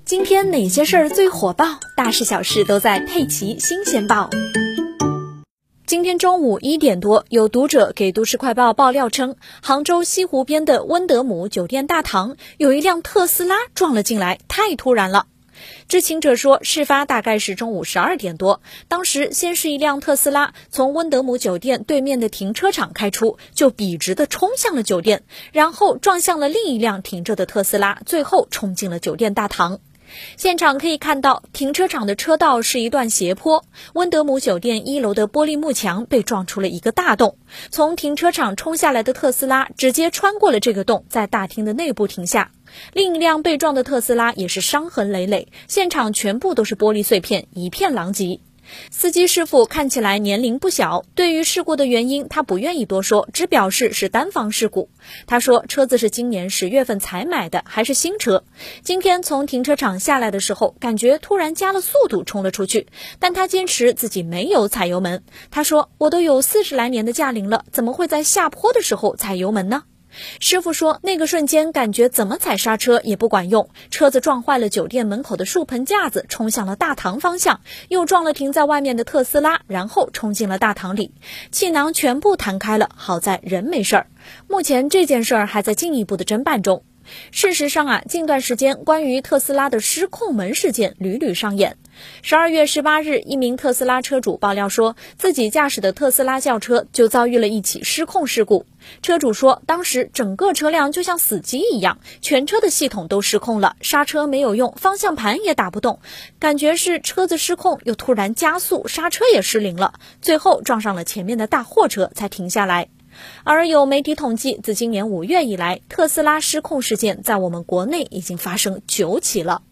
今天哪些事儿最火爆？大事小事都在佩奇新鲜报。今天中午1点多，有读者给都市快报爆料称，杭州西湖边的温德姆酒店大堂有一辆特斯拉撞了进来，太突然了。知情者说，事发大概是中午12点多，当时先是一辆特斯拉从温德姆酒店对面的停车场开出，就笔直地冲向了酒店，然后撞向了另一辆停着的特斯拉，最后冲进了酒店大堂。现场可以看到，停车场的车道是一段斜坡，温德姆酒店1楼的玻璃幕墙被撞出了一个大洞，从停车场冲下来的特斯拉直接穿过了这个洞，在大厅的内部停下。另一辆被撞的特斯拉也是伤痕累累，现场全部都是玻璃碎片，一片狼藉。司机师傅看起来年龄不小，对于事故的原因他不愿意多说，只表示是单方事故。他说车子是今年10月份才买的，还是新车。今天从停车场下来的时候，感觉突然加了速度冲了出去，但他坚持自己没有踩油门。他说，我都有40来年的驾龄了，怎么会在下坡的时候踩油门呢？师傅说，那个瞬间感觉怎么踩刹车也不管用，车子撞坏了酒店门口的树盆架子，冲向了大堂方向，又撞了停在外面的特斯拉，然后冲进了大堂里，气囊全部弹开了，好在人没事儿。目前这件事儿还在进一步的侦办中。事实上近段时间关于特斯拉的失控门事件屡屡上演。12月18日，一名特斯拉车主爆料说，自己驾驶的特斯拉轿车就遭遇了一起失控事故。车主说，当时整个车辆就像死机一样，全车的系统都失控了，刹车没有用，方向盘也打不动，感觉是车子失控又突然加速，刹车也失灵了，最后撞上了前面的大货车才停下来。而有媒体统计，自今年5月以来，特斯拉失控事件在我们国内已经发生9起了。